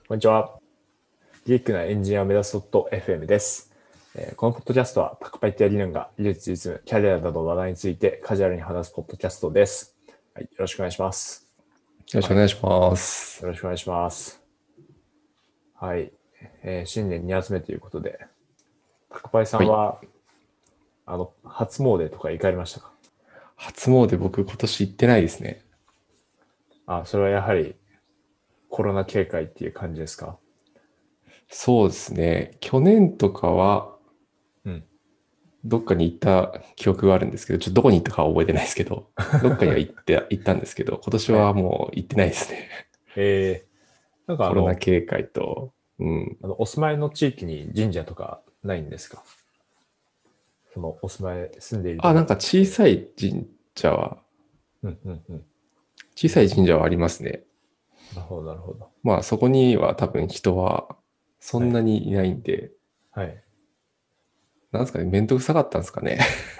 こんにちは。ギークなエンジニアを目指す .fm です。このポッドキャストは、タクパイとや理念が技術、実務、キャリアなどの話題についてカジュアルに話すポッドキャストです。はい、よろしくお願いします。 よろしくお願いします。 よろしくお願いします。はい。新年2発目ということで、タクパイさはい。 んは、初詣とか行かれましたか？ 初詣僕今年行ってないですね。 それはやはりコロナ警戒っていう感じですか？ そうですね。去年とかはうん。 どっかに行った記憶があるんですけど、ちょっとどこに行ったかは覚えてないですけど、どっかには行ったんですけど、今年はい。 はもう行ってないですね。 えなんかコロナ警戒と、うん。 お住まいの地域に神社とかないんですか？そのお住まい、住んでいるとあ、 ころなんか小で。 さい神社は、 うんうんうん。 小さい神社はありますね。 なるほど、なるほど。 まあそこには多分人はそはい。 んなにいないんで、 はい。 なんですかね、めんどくさかったんですかね。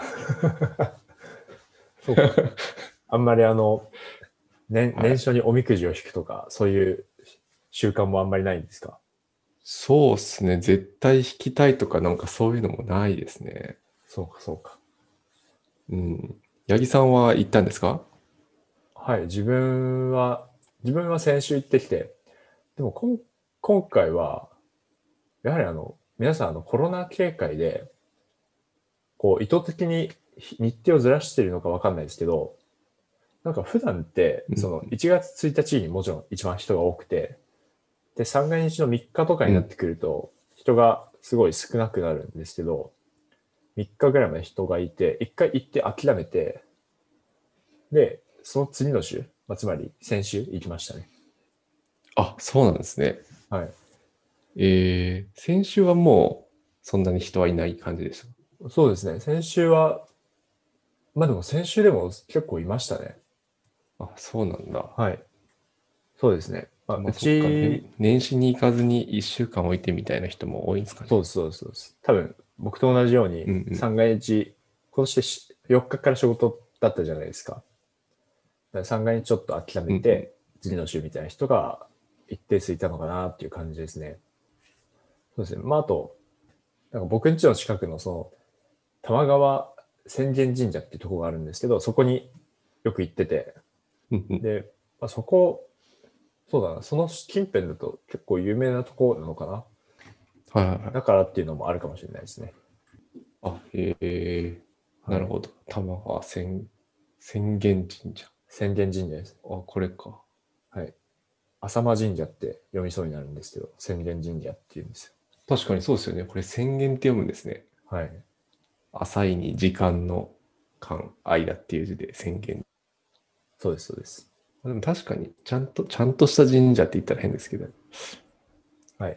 そうか。あんまりはい。 年初におみくじを引くとか、そういう習慣もあんまりないんですか？ そうですね。絶対弾きたいとかなんかそういうのもないですね。 そうか、そうか。 うん。八木さんは行ったんですか？ はい。自分は先週行ってきて、でも今回は、やはり皆さんコロナ警戒で、こう、意図的に日程をずらしているのかわかんないですけど、なんか普段って、 うん。 その1月1日にもちろん一番人が多くて、で、三が日の3日とかうん。 になってくると、人がすごい少なくなるんですけど、3日ぐらいまで人がいて、1回行って諦めて、で、その次の週、つまり先週行きましたね。 あ、そうなんですね。 はい。 先週はもうそんなに人はいない感じでした。 そうですね。先週は、でも先週でも結構いましたね。 あ、そうなんだ。 はい。そうですね。うまあそっか、 ち、 年始に行かずに1週間置いてみたいな人も多いんですかね。 そうです、そうです、そうです。多分、僕と同じように、 うんうん。 三が日、今年4日から仕事だったじゃないですか。三が日ちょっと諦めうんうん。 て、次の週みたいな人が一定数いたのかなっていう感じですね。そうですね。あと、なんか僕ん家の近くの玉川浅間神社っていうところがあるんですけど、そこによく行ってて、 うんうん。 で、そこ、そうだな、その近辺だと結構有名なところなのかな。 はいはいはい。 だからっていうのもあるかもしれないですね。 あ、 はい。 なるほど。浅間神社。 浅間神社です。 あ、これか。 はい。浅間神社って読みそうになるんですけど、浅間神社っていうんですよ。 確かにそうですよね。これ宣言って読むんですね。 はい。 浅いに時間の間っていう字で宣言。 そうです、そうです。 でも確かに、ちゃんとした神社って言ったら変ですけど。 はい。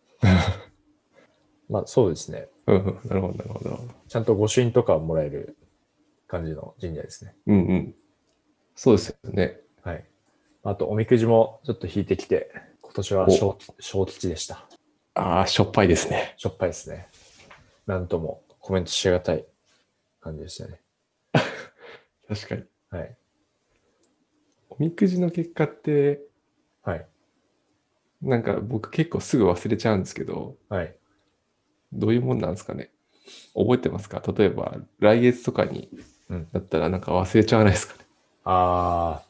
そうですね。 うんうん、なるほど、なるほど。 ちゃんと御朱印とかをもらえる感じの神社ですね。 うんうん。そうですよね。 はい。あと、おみくじもちょっと引いてきて、今年はお、 小吉でした。 ああ、しょっぱいですね。 しょっぱいですね。なんともコメントしがたい感じでしたね。 確かに。 はい。 おみくじの結果って、 はい。 なんか僕結構すぐ忘れちゃうんですけど、 はい。 どういうもんなんですかね。覚えてますか？例えば、来月とかにうん。 なったらなんか忘れちゃわないですかね。 あ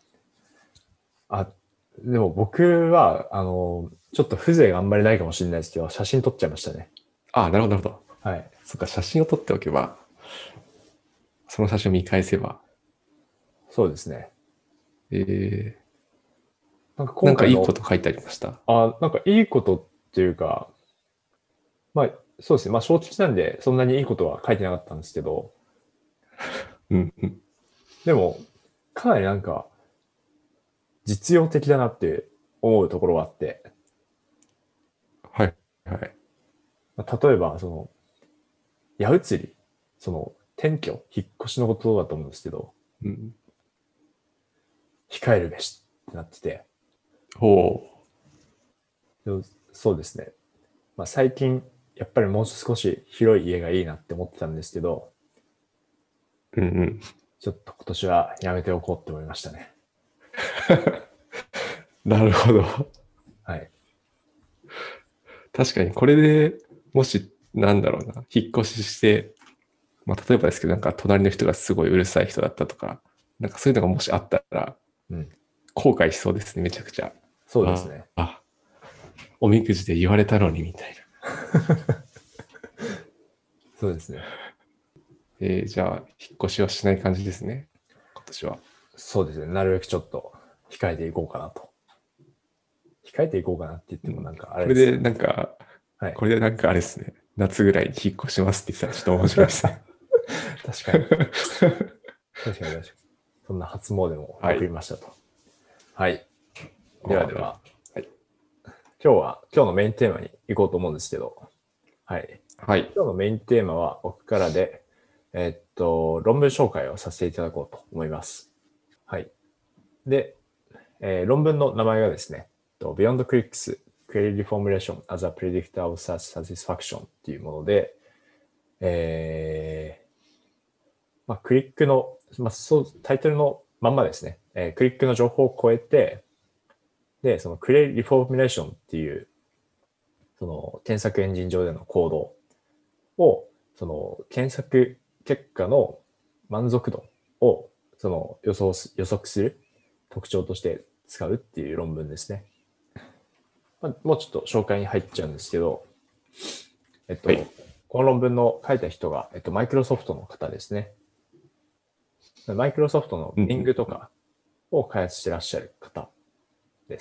でも僕は、ちょっと風情があんまりないかもしれないですけど、写真撮っちゃいましたね。 ああ、なるほど、なるほど。 はい。 そっか、写真を撮っておけば、その写真を見返せば、 そうですね。 えなんかなんかいい今回の、 こと書いてありました？ なんかいいことっていうか、そうですね。小吉なんでそんなにいいことは書いてなかったんですけど、 うんうん。 でも、かなりなんか実用的だなって思うところがあって、 はい、はい。 例えば、矢移り、転居、引っ越しのことだと思うんですけど、 うん、 控えるべしってなってて、 ほでもそうですね。最近、やっぱりもう少し広い家がいいなって思ってたんですけど、 う。うんうん。 ちょっと今年はやめておこうって思いましたね。 なるほど。 はい。 確かにこれでもし、なんだろうな、引っ越しして、まあ、例えばですけど、なんか隣の人がすごいうるさい人だったとか、なんかそういうのがもしあったら、 うん。 後悔しそうですね、めちゃくちゃ。あそうですね。 あ、おみくじで言われたのにみたいな。 そうですね。 じゃあ、引っ越しはしない感じですね、今年は。 そうですね。なるべくちょっと控えていこうかなと。控えていこうかなって言ってもなんかあれですけど。はい。 これでなんかあれですね、夏ぐらいに引っ越しますって言ってたらちょっと面白いですね。 確かに。確かに確かに。そんな初詣もはい。 送りましたと。はい。ではああ、 では、 はい。 今日のメインテーマに行こうと思うんですけど、はい。 はい。 今日のメインテーマは僕からで、論文紹介をさせていただこうと思います。はい。で、論文の名前がですね、Beyond Clicks Query Reformulation as a Predictor of Search Satisfaction っていうもので、クリックの、タイトルのまんまですね、クリックの情報を超えて、で、その Query Reformulation っていう、その検索エンジン上でのコードを、その検索結果の満足度を、その予測する特徴として使うっていう論文ですね。もうちょっと紹介に入っちゃうんですけど、 はい。 この論文の書いた人が、マイクロソフトの方ですね。マイクロソフトのうんう Bing ん。 とかを開発してらっしゃる方です。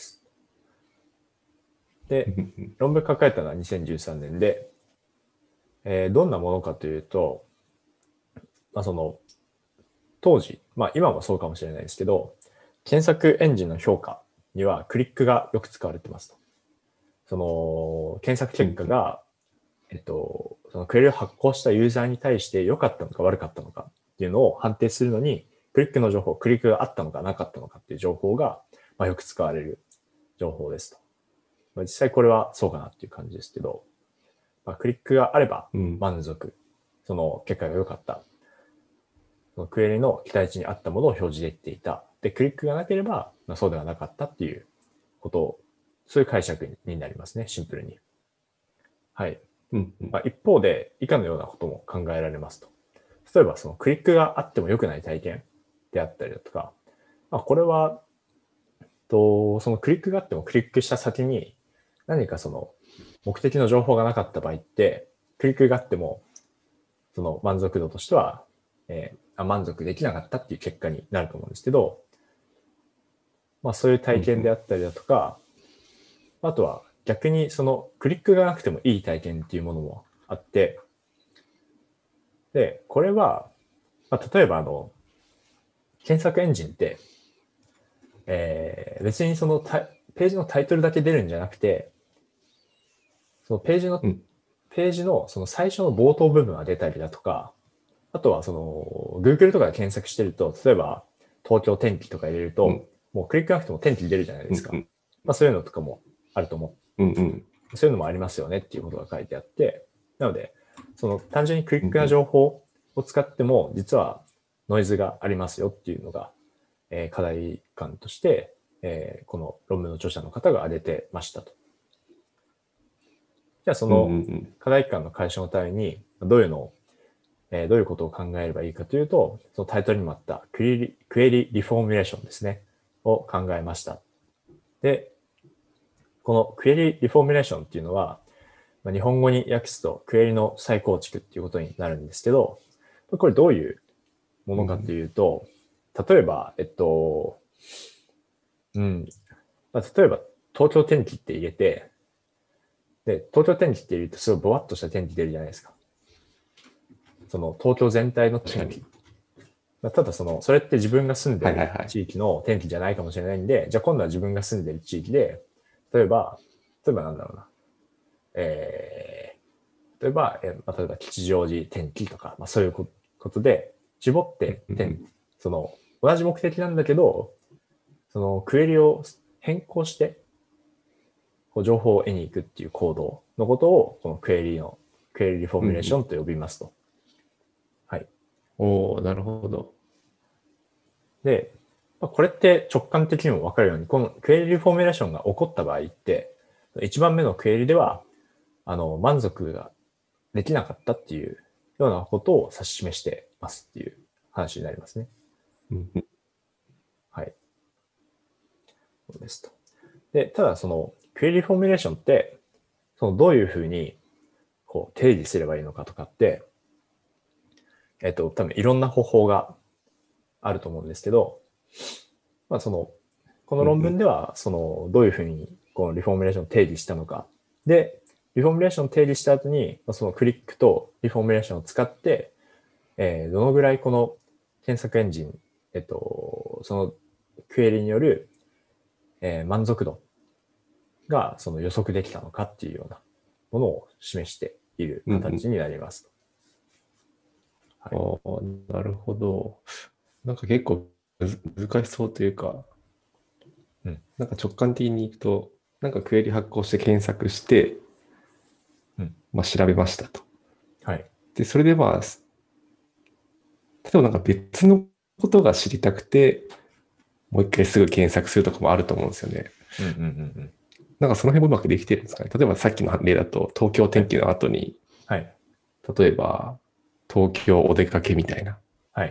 で、 うんうん。 論文書かれたのは2013年で、どんなものかというと、その当時、今もそうかもしれないですけど、検索エンジンの評価にはクリックがよく使われてますと。その検索うんうん。 結果が、そのクエリを発行したユーザーに対して良かったのか悪かったのかっていうのを判定するのに、クリックの情報、クリックがあったのかなかったのかっていう情報が、よく使われる情報ですと。実際これはそうかなっていう感じですけど、クリックがあればうん。 満足、その結果が良かった、そのクエリの期待値に合ったものを表示できていた。で、クリックがなければ、そうではなかったっていうことを、そういう解釈になりますね、シンプルに。はい。 うんうん。 一方で、以下のようなことも考えられますと。例えば、そのクリックがあっても良くない体験であったりだとか、これは、そのクリックがあってもクリックした先に何かその目的の情報がなかった場合って、クリックがあっても、その満足度としては、満足できなかったっていう結果になると思うんですけど、そういう体験であったりだとか、あとは逆にそのクリックがなくてもいい体験っていうものもあって、で、これは、例えば検索エンジンって、別にそのページのタイトルだけ出るんじゃなくて、そのうん。 ページのその最初の冒頭部分が出たりだとか、あとはその Google とかで検索してると、例えば東京天気とか入れると、 うん。 もうクリックなくても天気出るじゃないですか。 うん。 そういうのとかもあると思うん。うん。 う。そういうのもありますよねっていうことが書いてあって、なので、その単純にクリックなうん。 情報を使っても、実はノイズがありますよっていうのが、課題感として、この論文の著者の方が挙げてましたと。じゃあそうん。うのん。 課題感の解消のために、どういうことを考えればいいかというと、そのタイトルにもあったクエリリフォーミュレーションですね、を考えました。で、このクエリリフォーミュレーションっていうのは、日本語に訳すとクエリの再構築っていうことになるんですけど、これどういうものかというと、例えば、うん、例えば東京天気って入れて、で、東京天気って入れるとすごいぼわっとした天気出るじゃないですか。その東京全体の天気。 確かに。 ただそれって自分が住んでるはいはいはい。 地域の天気じゃないかもしれないんで、じゃあ今度は自分が住んでる地域で、例えばなんだろうな。例えば、例えば吉祥寺天気とか、そういうことで、絞ってうん。 同じ目的なんだけど、そのクエリを変更して、情報を得に行くっていう行動のことを、このクエリリフォーうん。うん。 ミュレーションと呼びますと。はい。 おー、なるほど。 で、これって直感的にも分かるように、このクエリリフォーミュレーションが起こった場合って、1番目のクエリでは、 満足ができなかったっていうようなことを指し示してますっていう話になりますね。 うんうんはい。そうですと。で、ただその、クエリフォーミュレーションって、そのどういうふうにこう定義すればいいのかとかって、多分いろんな方法があると思うんですけど、まあその、この論文では、その、どういうふうにこのリフォーミュレーションを定義したのか。で、リフォーミュレーションを定義した後に、そのクリックとリフォーミュレーションを使って、どのぐらいこの検索エンジン、そのクエリによる、満足度がその予測できたのかっていうようなものを示している形になります。 ああ、なるほど。なんか結構難しそうというか、なんか直感的にいくと、なんかクエリ発行して検索して、まあ調べましたと。 はい。 で、それでまあ、例えばなんか別のことが知りたくて、もう一回すぐ検索するとかもあると思うんですよね。なんかその辺もうまくできてるんですかね。例えばさっきの例だと、東京天気の後に、 はい。 例えば、東京お出かけみたいな。 はい。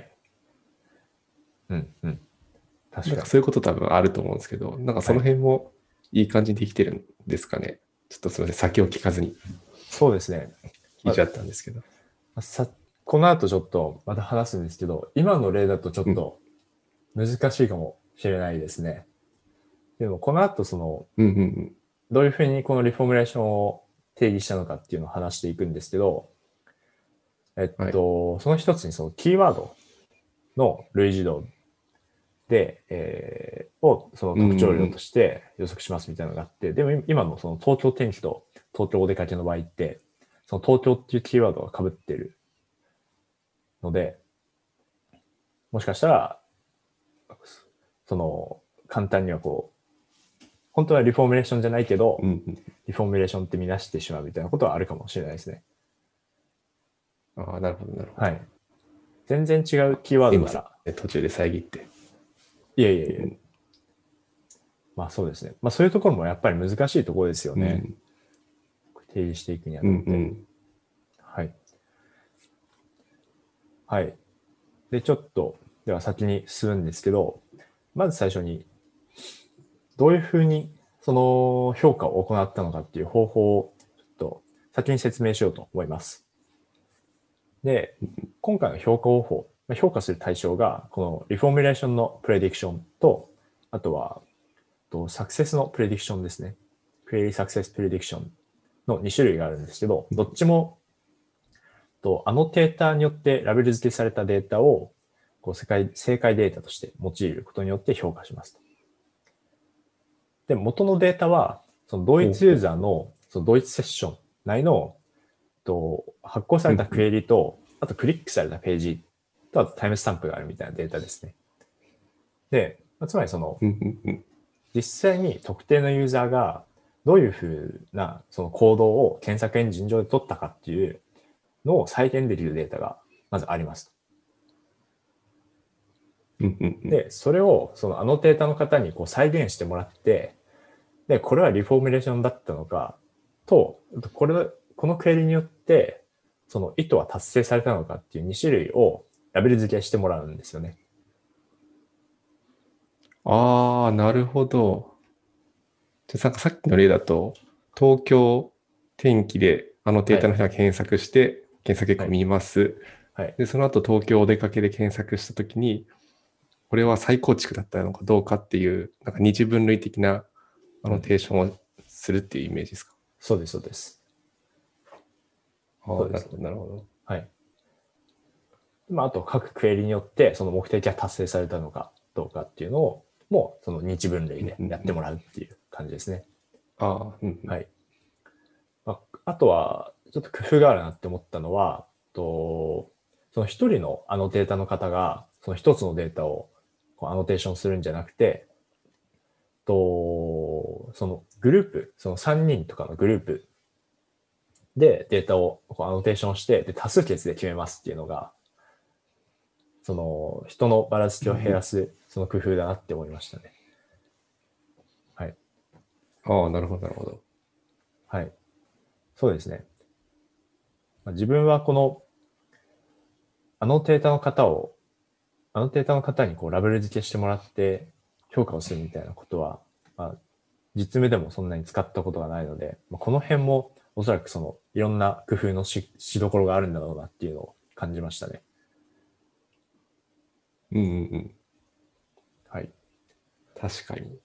確かに。 なんかそういうこと多分あると思うんですけど、なんかその辺もいい感じにできてるんですかね。ちょっとすみません、先を聞かずにそうですね。 聞いちゃったんですけど。 この後ちょっとまた話すんですけど、今の例だとちょっと難しいかもしれないですね。でもこの後その、 うんうんうん。 どういうふうにこのリフォームレーションを定義したのかっていうのを話していくんですけど、 はい。 その一つにそのキーワードの類似度で、をそのうんう特徴量とんして予測しますみたいなのがあって、でも今のその東京天気と東京お出かけの場合って、その東京っていうキーワードが被っているので、もしかしたら、その簡単にはこう、本当はリフォームレーションじゃないけど、 うんうん。 リフォームレーションって見なしてしまうみたいなことはあるかもしれないですね。 ああ、なるほど、なるほど。 はい。全然違うキーワーすいません。 ドなら、 途中で遮って。 いえいえいえ、 うんまあそうですね。まあそういうところもやっぱり難しいところですよね。 うん定義していくにあうんたって。 うん。 はい。はい。で、ちょっと、では先に進むんですけど、まず最初に、どういうふうにその評価を行ったのかっていう方法を、ちょっと先に説明しようと思います。で、今回の評価方法、評価する対象が、このリフォーミュレーションのプレディクションと、あとは、サクセスのプレディクションですね。クエリサクセスプレディクションの2種類があるんですけど、どっちも、アノテーターによってラベル付けされたデータを、こう正解データとして用いることによって評価しますと。で、元のデータは、その同一ユーザーのその同一セッション内の発行されたクエリと、あとクリックされたページと、あとタイムスタンプがあるみたいなデータですね。で、つまりその、実際に特定のユーザーがどういうふうなその行動を検索エンジン上で取ったかっていうのを再現できるデータがまずあります。で、それをそのアノテータの方にこう再現してもらって、で、これはリフォーミュレーションだったのかと、このクエリによってその意図は達成されたのかっていう2種類をラベル付けしてもらうんですよね。 ああ、なるほど。で、なんかさっきの例だと、東京天気であのデータの人が検索して、検索結果見ます。 はい。 で、その後東京お出かけで検索したときに、これは再構築だったのかどうかっていう、なんか二次分類的なアノテーションをするっていうイメージですか。 そうです、そうです。 ああ、 そうです。 なるほど、なるほど。 はい。まあ、あと各クエリによってその目的が達成されたのかどうかっていうのを、もうその日分類でやってもらうっていう感じですね。 ああ、 はい。あとは、ちょっと工夫があるなって思ったのは、その一人のアノテータの方が、その一つのデータをこうアノテーションするんじゃなくて、そのグループ、その3人とかのグループでデータをこうアノテーションして、で、多数決で決めますっていうのが、その人のばらつきを減らす、その工夫だなって思いましたね。はい。 ああ、なるほど、なるほど。 はい。 そうですね。自分はこのアノテーターの方にこうラベル付けしてもらって評価をするみたいなことは、実務でもそんなに使ったことがないので、この辺もおそらくそのいろんな工夫のしどころがあるんだろうなっていうのを感じましたね。 うんうんうん。 はい。 確かに。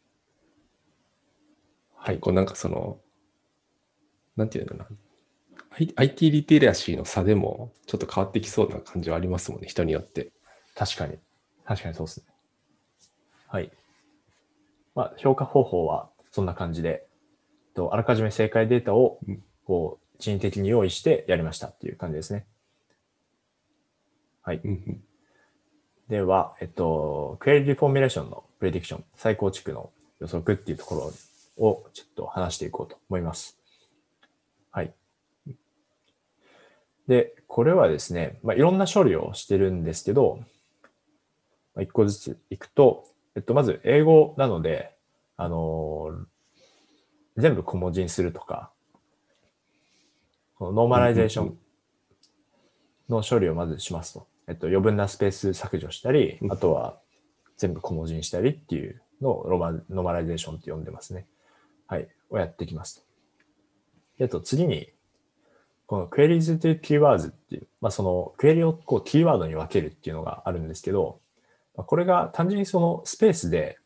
はい。 結構なんかその、なんていうのかな。IT リテラシーの差でもちょっと変わってきそうな感じはありますもんね、人によって。 確かに。確かにそうですね。はい。評価方法はそんな感じで、あらかじめ正解データをこう人為的に用意してやりましたっていう感じですね。はい。 うんうん、 では、クエリフォーミュレーションのプレディクション、再構築の予測っていうところをちょっと話していこうと思います。はい。で、これはですね、いろんな処理をしてるんですけど、一個ずついくと、まず英語なので、全部小文字にするとか、このノーマライゼーションの処理をまずしますと。余分なスペース削除したり、あとは全部小文字にしたりっていうのをノーマライゼーションって呼んでますね。はい。をやっていきますと。次に、このクエリーズというキーワードっていう、そのクエリをこうキーワードに分けるっていうのがあるんですけど、これが単純にそのスペースで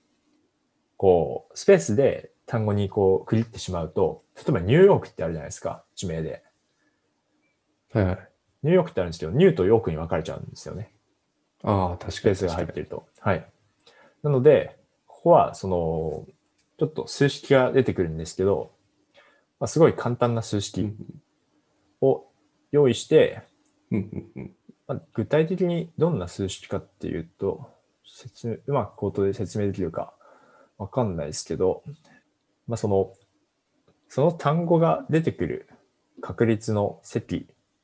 単語にこう区切ってしまうと、例えばニューヨークってあるじゃないですか、地名で。 はいはい。 ニューヨークってあるんですけど、ニューとヨークに分かれちゃうんですよね。 ああ、確スペースがかに確かに。 入っていると。はい。なので、ここは、その、ちょっと数式が出てくるんですけど、すごい簡単な数式を用意して、具体的にどんな数式かっていうと、うまく口頭で説明できるかわかんないですけど、その単語が出てくる確率の積、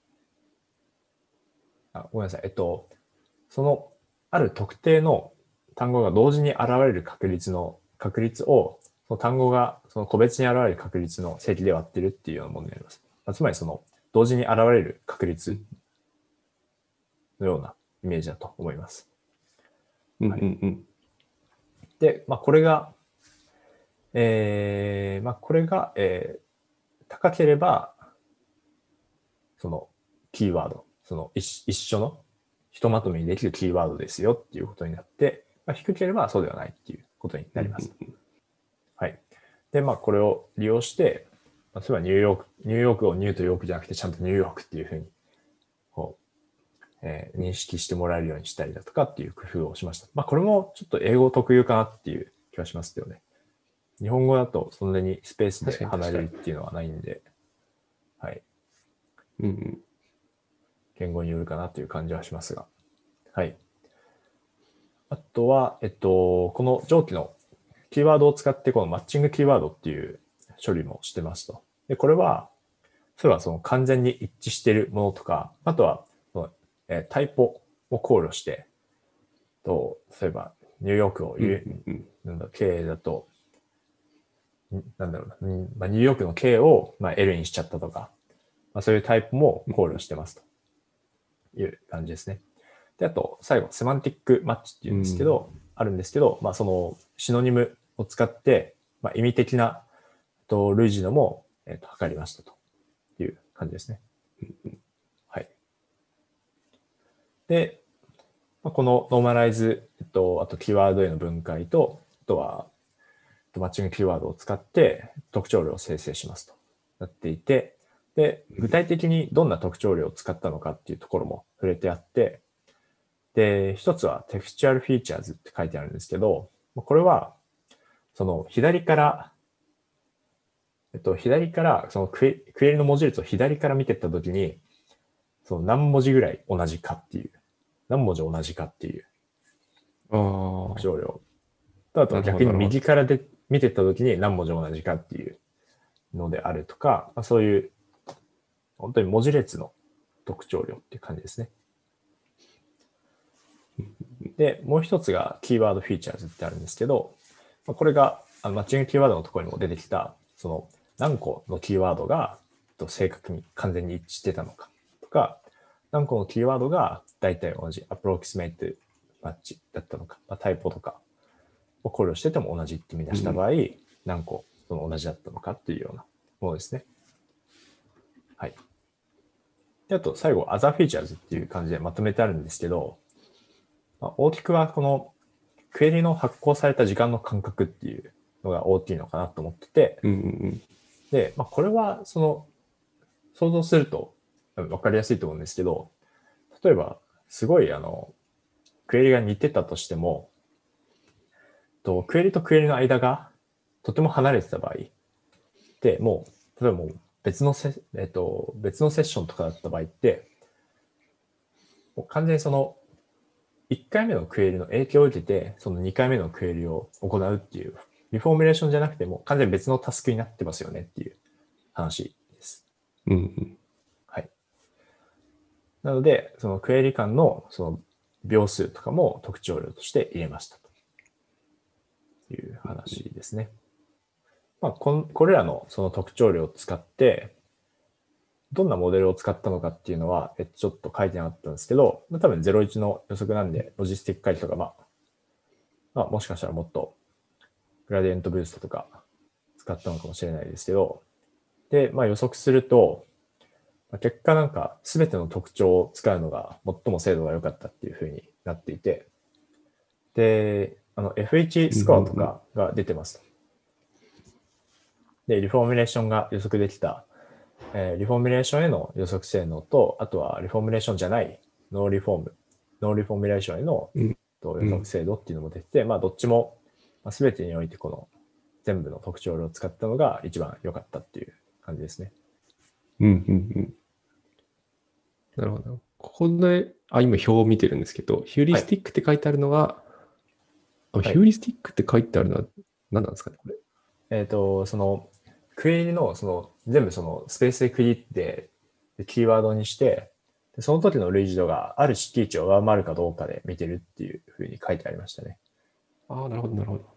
ごめんなさい。その、ある特定の単語が同時に現れる確率を、その単語がその個別に現れる確率の積で割ってるっていうようなものになります。つまりその、同時に現れる確率のようなイメージだと思います。はい、で、これが、高ければ、そのキーワード、その一緒のひとまとめにできるキーワードですよっていうことになって、低ければそうではないっていうことになります。はい。で、これを利用して、例えばニューヨークをニューとヨークじゃなくてちゃんとニューヨークっていうふうに、認識してもらえるようにしたりだとかっていう工夫をしました。これもちょっと英語特有かなっていう気はしますけどね。日本語だとそんなにスペースで離れるっていうのはないんで、はい。言語によるかなという感じはしますが。はい。あとは、この上記のキーワードを使ってこのマッチングキーワードっていう処理もしてますと。で、これは、それはその完全に一致しているものとか、あとはその、タイポを考慮して、例えばニューヨークをK だと、なんだろうな、ニューヨークの K をL にしちゃったとか、そういうタイプも考慮してますという感じですね。で、あと、最後、セマンティックマッチっていうんですけど、あるんですけど、そのシノニムを使って、意味的な類似のも、測りましたという感じですね。はい。で、このノーマライズ、あとキーワードへの分解と、あとは、マッチングキーワードを使って特徴量を生成しますとなっていて、で、具体的にどんな特徴量を使ったのかっていうところも触れてあって、で、一つは textual features って書いてあるんですけど、これは、その左から、そのクエリの文字列を左から見ていったときに、その何文字ぐらい同じかっていう、何文字同じかっていう特徴量。あと逆に右からで見ていったときに何文字同じかっていうのであるとか、そういう本当に文字列の特徴量っていう感じですね。で、もう一つがキーワードフィーチャーズってあるんですけど、これがマッチングキーワードのところにも出てきた、その何個のキーワードが正確に完全に一致してたのかとか、何個のキーワードが大体同じ、アプロキシメイトマッチだったのか、タイプとかを考慮してても同じって見出した場合、何個その同じだったのかっていうようなものですね。はい。で、あと最後、other features っていう感じでまとめてあるんですけど、大きくはこのクエリの発行された時間の間隔っていうのが大きいのかなと思ってて、で、これは想像すると分かりやすいと思うんですけど、例えばすごいクエリが似てたとしても、クエリとクエリの間がとても離れてた場合で、もう例えばもう別のセッションとかだった場合って、もう完全にその1回目のクエリの影響を受けて、その2回目のクエリを行うっていう、リフォーミュレーションじゃなくても完全に別のタスクになってますよねっていう話です。はい。なので、そのクエリ間のその秒数とかも特徴量として入れましたという話ですね。これらのその特徴量を使って、どんなモデルを使ったのかっていうのは、ちょっと書いてなかったんですけど、多分01の予測なんで、ロジスティック回帰とか、もしかしたらもっと、グラディエントブーストとか使ったのかもしれないですけど、で、予測すると、結果なんか全ての特徴を使うのが最も精度が良かったっていう風になっていて、で、F1 スコアとかが出てますと。で、リフォーミュレーションが予測できた、リフォーミュレーションへの予測性能と、あとはリフォーミュレーションじゃないノーリフォーミュレーションへの予測精度っていうのも出て、どっちも全てにおいてこの全部の特徴量を使ったのが一番良かったっていう感じですね。 なるほど。ここで、今表を見てるんですけど、ヒューリスティックって書いてあるのが、ヒューリスティックって書いてあるのは何なんですかね、これ。 そのクエリの全部そのスペースで区切ってキーワードにして、その時の類似度がある式値を上回るかどうかで見てるっていうふうに書いてありましたね。 なるほど、なるほど。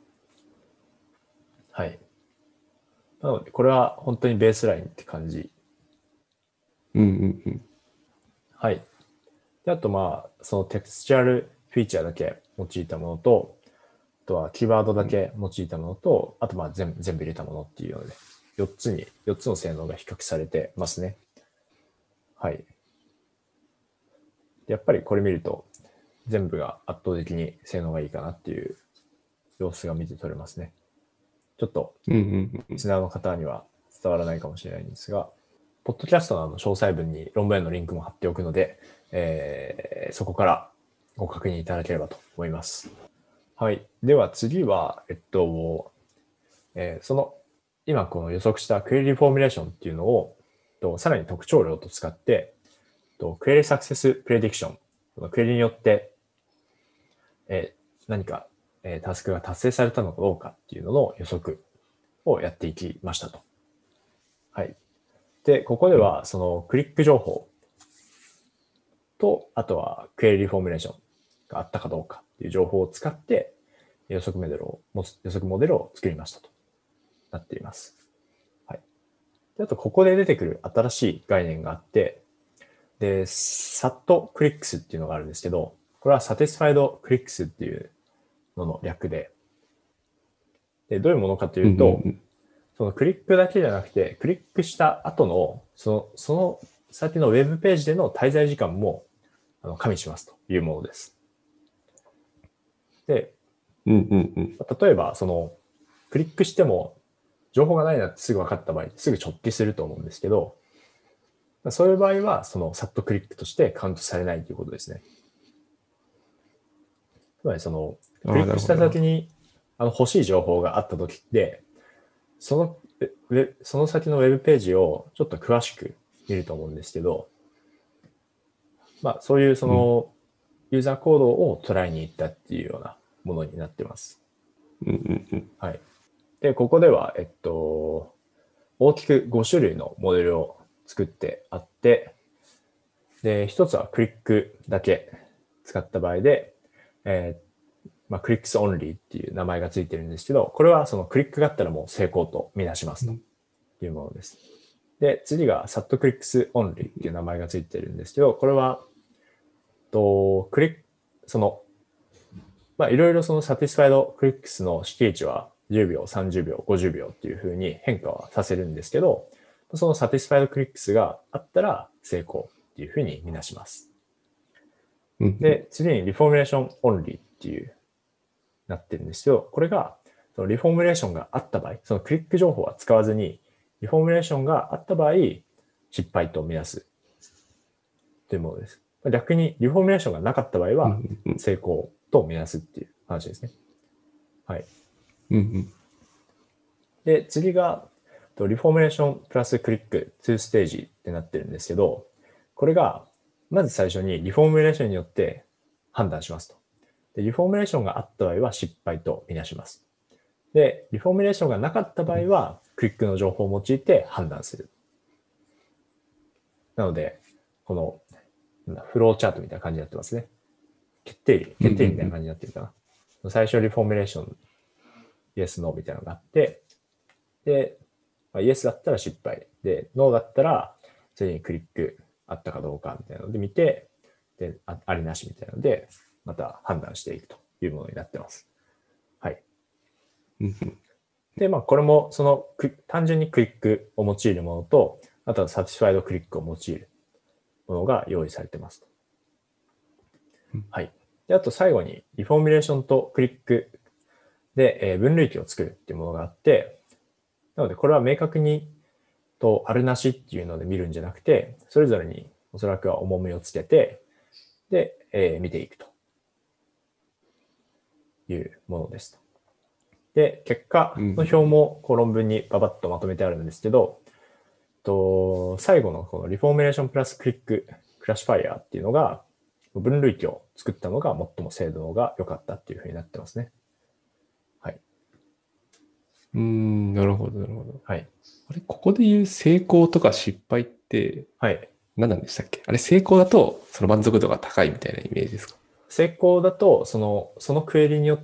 はい。なので、これは本当にベースラインって感じ。はい。で、あとそのテクスチャルフィーチャーだけ用いたものと、あとはキーワードだけ用いたものと、あと全部入れたものっていうので、4つの性能が比較されてますね。はい。やっぱりこれ見ると、全部が圧倒的に性能がいいかなっていう様子が見て取れますね。ちょっと、リスナーの方には伝わらないかもしれないんですが、ポッドキャストの詳細文に論文へのリンクも貼っておくので、そこからご確認いただければと思います。はい。では次は、今この予測したクエリフォーミュレーションっていうのを、さらに特徴量と使って、クエリサクセスプレディクション、クエリによって、何か、タスクが達成されたのかどうかっていうのの予測をやっていきましたと。はい。で、ここでは、そのクリック情報と、あとはクエリフォーミュレーションがあったかどうかっていう情報を使って、予測モデルを作りましたとなっています。はい。で、あと、ここで出てくる新しい概念があって、で、SAT clicks っていうのがあるんですけど、これは Satisfied clicks っていうのの略で、どういうものかというと、そのクリックだけじゃなくて、クリックした後の、その先のウェブページでの滞在時間も加味しますというものです。で、例えば、クリックしても情報がないなってすぐ分かった場合、すぐ直帰すると思うんですけど、そういう場合は、そのサットクリックとしてカウントされないということですね。つまり、クリックした先に欲しい情報があった時って、その先のウェブページをちょっと詳しく見ると思うんですけど、そういうユーザーコードを捉えに行ったっていうようなものになってます。はい。で、ここでは、大きく5種類のモデルを作ってあって、で、一つはクリックだけ使った場合で、クリックスオンリーっていう名前がついてるんですけど、これはそのクリックがあったらもう成功とみなしますというものです。 で、次が SAT-clicks only っていう名前がついてるんですけど、これは、クリック、いろいろその satisfied clicks の式値は10秒、30秒、50秒っていう風に変化はさせるんですけど、その satisfied clicks があったら成功っていう風にみなします。で、次に reformulation only っていうなってるんですよ。これが、そのリフォームレーションがあった場合、そのクリック情報は使わずに、リフォームレーションがあった場合、失敗とみなすというものです。逆にリフォームレーションがなかった場合は、成功とみなすっていう話ですね。はい。で、次が、リフォームレーションプラスクリック2ステージってなってるんですけど、これが、まず最初にリフォームレーションによって判断しますと。で、リフォームレーションがあった場合は失敗とみなします。で、リフォームレーションがなかった場合は、クリックの情報を用いて判断する。なので、この、フローチャートみたいな感じになってますね。決定理みたいな感じになってるかな。最初リフォームレーション、イエス、ノーみたいなのがあって、で、イエスだったら失敗。で、ノーだったら、次にクリックあったかどうかみたいなので見て、で、ありなしみたいなので、また判断していくというものになってます。はい。で、これも、その、単純にクリックを用いるものと、あとはサティスファイドクリックを用いるものが用意されてます。はい。で、あと最後に、リフォーミュレーションとクリックで、分類器を作るっていうものがあって、なので、これは明確に、あるなしっていうので見るんじゃなくて、それぞれにおそらくは重みをつけて、で、見ていくというものです。で、結果の表も論文にババッとまとめてあるんですけど、最後のこのリフォーメーションプラスクリッククラッシュファイアっていうのが、分類器を作ったのが最も精度が良かったっていうふうになってますね。はい。 なるほど、なるほど。 はい。 あれ、ここで言う成功とか失敗って、 はい。 何なんでしたっけ？あれ、成功だと、その満足度が高いみたいなイメージですか？ 成功だと、そのクエリによって、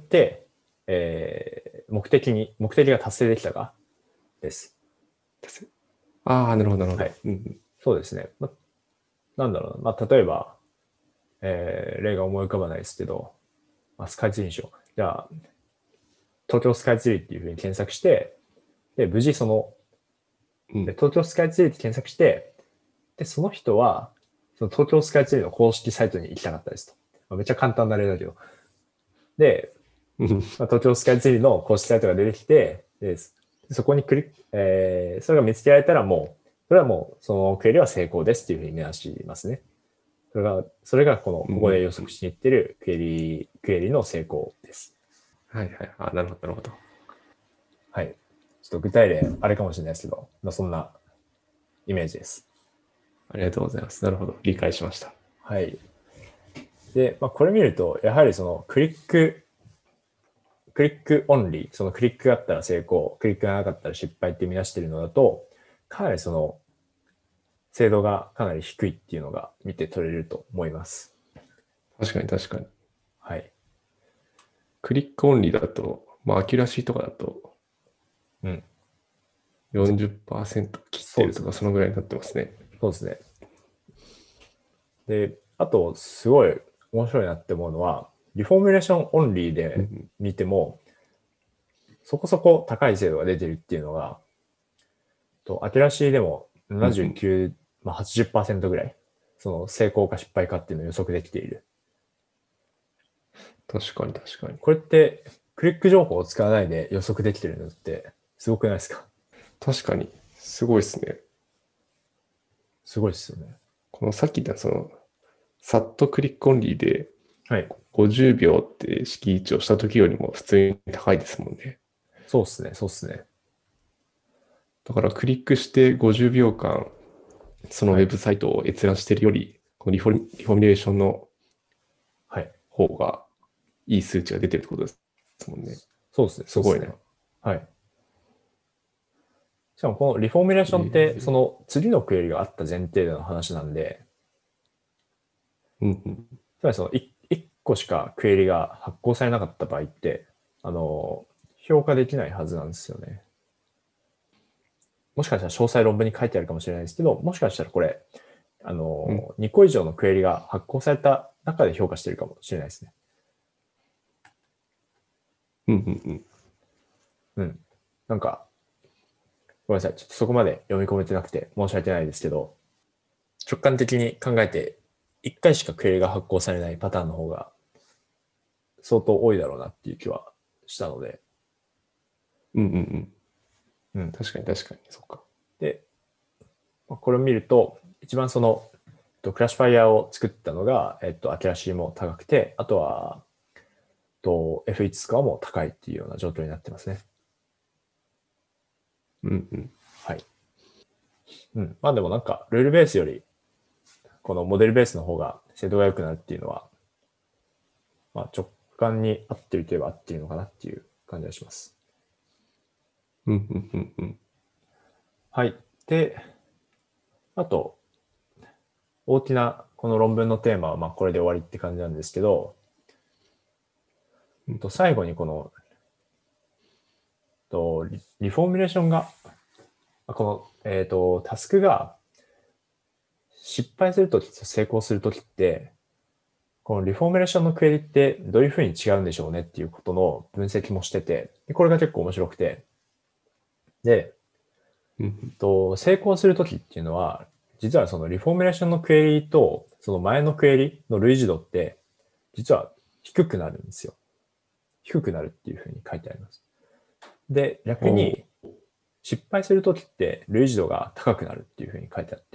目的が達成できたかです。 ああ、なるほど、なるほど。 はい。そうですね。なんだろうな。例えば、例が思い浮かばないですけど、スカイツリーにしよう。じゃあ、東京スカイツリーっていうふうに検索して、で、無事東京スカイツリーって検索して、で、その人は、その東京スカイツリーの公式サイトに行きたかったですと。めっちゃ簡単な例だけど。で、東京スカイツリーの公式サイトが出てきて、でそこにクリック、それが見つけられたらそれはもう、そのクエリは成功ですっていうふうに見なしますね。それがここで予測しに行ってるクエリの成功です。 はいはい。あ、なるほど、なるほど。 はい。ちょっと具体例、あれかもしれないですけど、そんなイメージです。 ありがとうございます。なるほど。理解しました。 はい。で、これ見ると、やはりそのクリックオンリー、そのクリックがあったら成功、クリックがなかったら失敗って見出しているのだと、かなりその精度がかなり低いっていうのが見て取れると思います。 確かに確かに。 はい。 クリックオンリーだと、アキュラシーとかだと、40% 切ってるとか、そのぐらいになってますね。 そうですね。で、あと、すごい面白いなって思うのは、リフォーミュレーションオンリーで見ても、そこそこ高い精度が出てるっていうのが、アキュラシーでも79、80% ぐらい、その成功か失敗かっていうのを予測できている。 確かに確かに。 これって、クリック情報を使わないで予測できてるのって、すごくないですか？ 確かに。すごいですね。 すごいですよね。 このさっき言ったさっとクリックオンリーで、 はい。 50秒って式位置をした時よりも普通に高いですもんね。 そうっすね、そうっすね。 だからクリックして50秒間、そのウェブサイトを閲覧してるより、このリフォーミュレーションの方がいい数値が出てるってことですもんね。 そうですね。 すごいな。 はい。しかもこのリフォーミュレーションって、その次のクエリがあった前提での話なんで、つまりその1個しかクエリが発行されなかった場合って、評価できないはずなんですよね。 もしかしたら詳細論文に書いてあるかもしれないですけど、もしかしたらこれ、2個以上のクエリが発行された中で評価してるかもしれないですね。なんか、ごめんなさい。ちょっとそこまで読み込めてなくて申し訳ないですけど、直感的に考えて、1回しかクエリが発行されないパターンの方が相当多いだろうなっていう気はしたので。 確かに、そっか。 で、これを見ると、一番その、クラッシュファイヤーを作ったのが、アキュラシーも高くて、あとは、F1 スコアも高いっていうような状況になってますね。はい。まあでもなんか、ルールベースより、このモデルベースの方が精度が良くなるっていうのは、まあ直感に合ってるといえば合ってるのかなっていう感じがします。はい。で、あと、大きなこの論文のテーマはまあこれで終わりって感じなんですけど、最後にこの、リフォーミュレーションが、この、タスクが失敗するときと成功するときって、このリフォーミュレーションのクエリってどういうふうに違うんでしょうねっていうことの分析もしてて、これが結構面白くて、で、成功するときっていうのは、実はそのリフォーミュレーションのクエリとその前のクエリの類似度って、実は低くなるんですよ。低くなるっていうふうに書いてあります。で、逆に失敗するときって類似度が高くなるっていうふうに書いてあって、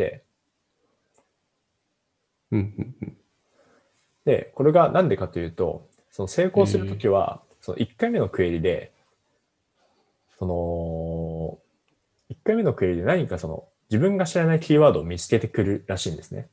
で、これがなんでかというと、その成功するときは、その1回目のクエリで、その、1回目のクエリで何かその自分が知らないキーワードを見つけてくるらしいんですね。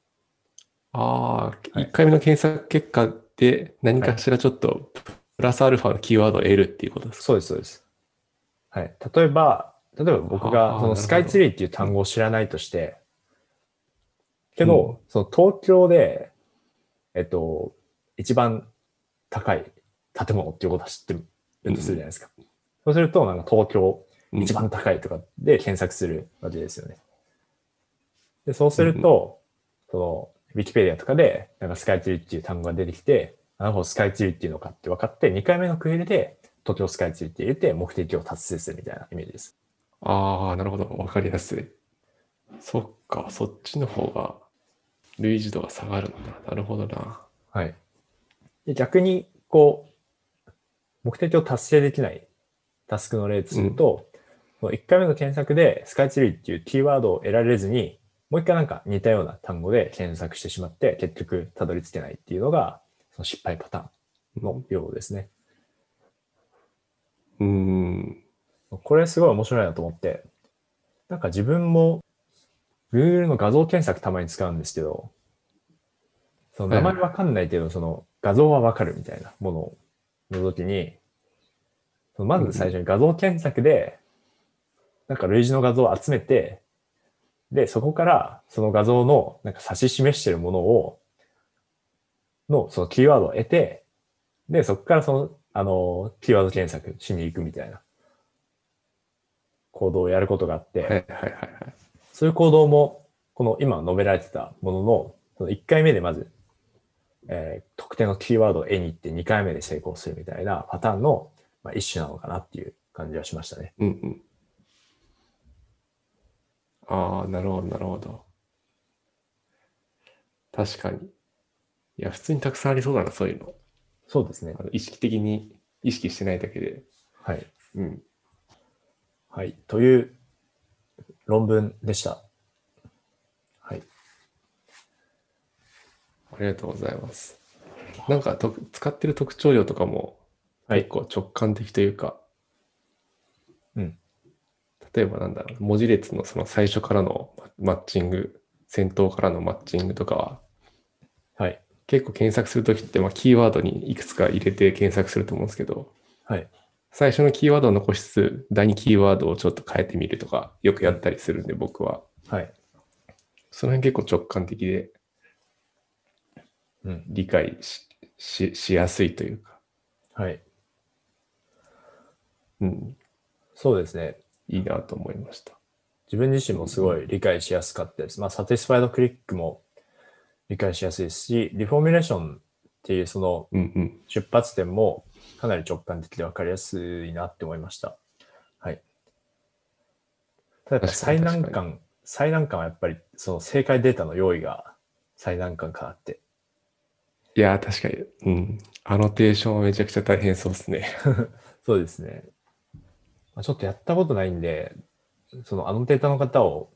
1回目の検索結果で何かしらちょっとプラスアルファのキーワードを得るっていうことですか？ そうです、そうです。はい。例えば僕がそのスカイツリーっていう単語を知らないとして、けど、その東京で、一番高い建物っていうことは知ってるとするじゃないですか。そうすると、なんか東京一番高いとかで検索するわけですよね。で、そうすると、その、ウィキペディアとかで、なんかスカイツリーっていう単語が出てきて、なるほど、スカイツリーっていうのかって分かって、2回目のクエリで東京スカイツリーって入れて目的を達成するみたいなイメージです。 なるほど。わかりやすい。そっか、そっちの方が類似度が下がるんだ。なるほどな。 はい。で、逆に、こう、目的を達成できないタスクの例とすると、1回目の検索でスカイツリーっていうキーワードを得られずに、もう一回なんか似たような単語で検索してしまって、結局たどり着けないっていうのが、その失敗パターンのようですね。これすごい面白いなと思って、なんか自分も Google の画像検索たまに使うんですけど、その名前わかんないけど、その画像はわかるみたいなものの時に、まず最初に画像検索で、なんか類似の画像を集めて、で、そこからその画像のなんか指し示しているものを、そのキーワードを得て、で、そこからその、キーワード検索しに行くみたいな行動をやることがあって、そういう行動も、この今述べられてたものの、その1回目でまず、特定のキーワードを得に行って2回目で成功するみたいなパターンの、一種なのかなっていう感じはしましたね。 なるほど、なるほど。確かに。いや、普通にたくさんありそうだな、そういうの。 そうですね。 意識的に意識してないだけで。 はい。はい。という論文でした。はい。 ありがとうございます。なんか使ってる特徴量とかも結構直感的というか、例えばなんだろう、文字列のその最初からのマッチング、先頭からのマッチングとかは、結構検索するときって、キーワードにいくつか入れて検索すると思うんですけど、最初のキーワードを残しつつ、第2キーワードをちょっと変えてみるとか、よくやったりするんで、僕は。その辺結構直感的で、理解しやすいというか。 そうですね。 いいなと思いました。 自分自身もすごい理解しやすかったです。サティスファイドクリックも理解しやすいですし、リフォーミュレーションっていうその出発点もかなり直感的で分かりやすいなって思いました。はい。ただやっぱ最難関はやっぱりその正解データの用意が最難関かなって。 いや、確かに。アノテーションはめちゃくちゃ大変そうですね。 そうですね。ちょっとやったことないんで、そのアノテーターの方を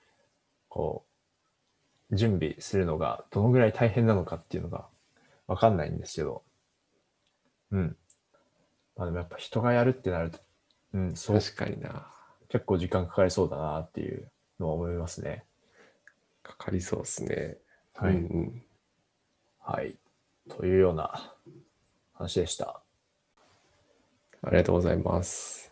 準備するのがどのぐらい大変なのかっていうのがわかんないんですけど。でもやっぱ人がやるってなると、 確かにな。 結構時間かかりそうだなっていうのは思いますね。 かかりそうですね。 はい。はい。というような話でした。 ありがとうございます。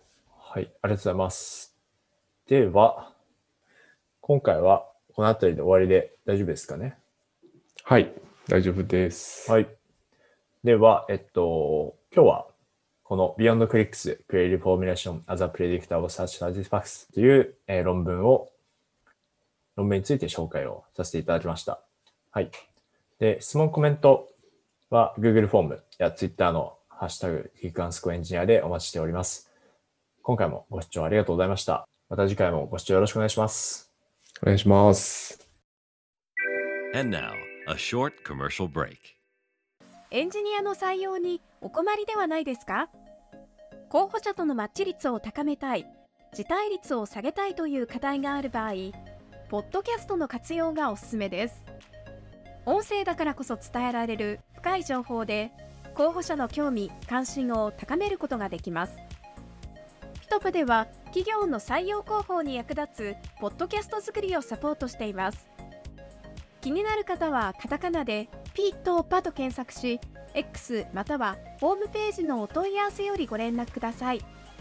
はい。ありがとうございます。では、今回はこの辺りで終わりで大丈夫ですかね？ はい。大丈夫です。 はい。では、今日はこの Beyond Clicks Query Formulation as a Predictor of Search Artifacts という、論文について紹介をさせていただきました。はい。で、質問コメントは Google フォームや Twitter のハッシュタグ Geek&Square でお待ちしております。今回もご視聴ありがとうございました。また次回もご視聴よろしくお願いします。 お願いします。 And now, a short commercial break. エンジニアの採用にお困りではないですか？候補者とのマッチ率を高めたい、辞退率を下げたいという課題がある場合、ポッドキャストの活用がおすすめです。音声だからこそ伝えられる深い情報で、候補者の興味・関心を高めることができます。ピトプでは企業の採用広報に役立つポッドキャスト作りをサポートしています。気になる方はカタカナでピとパと検索し、X またはホームページのお問い合わせよりご連絡ください。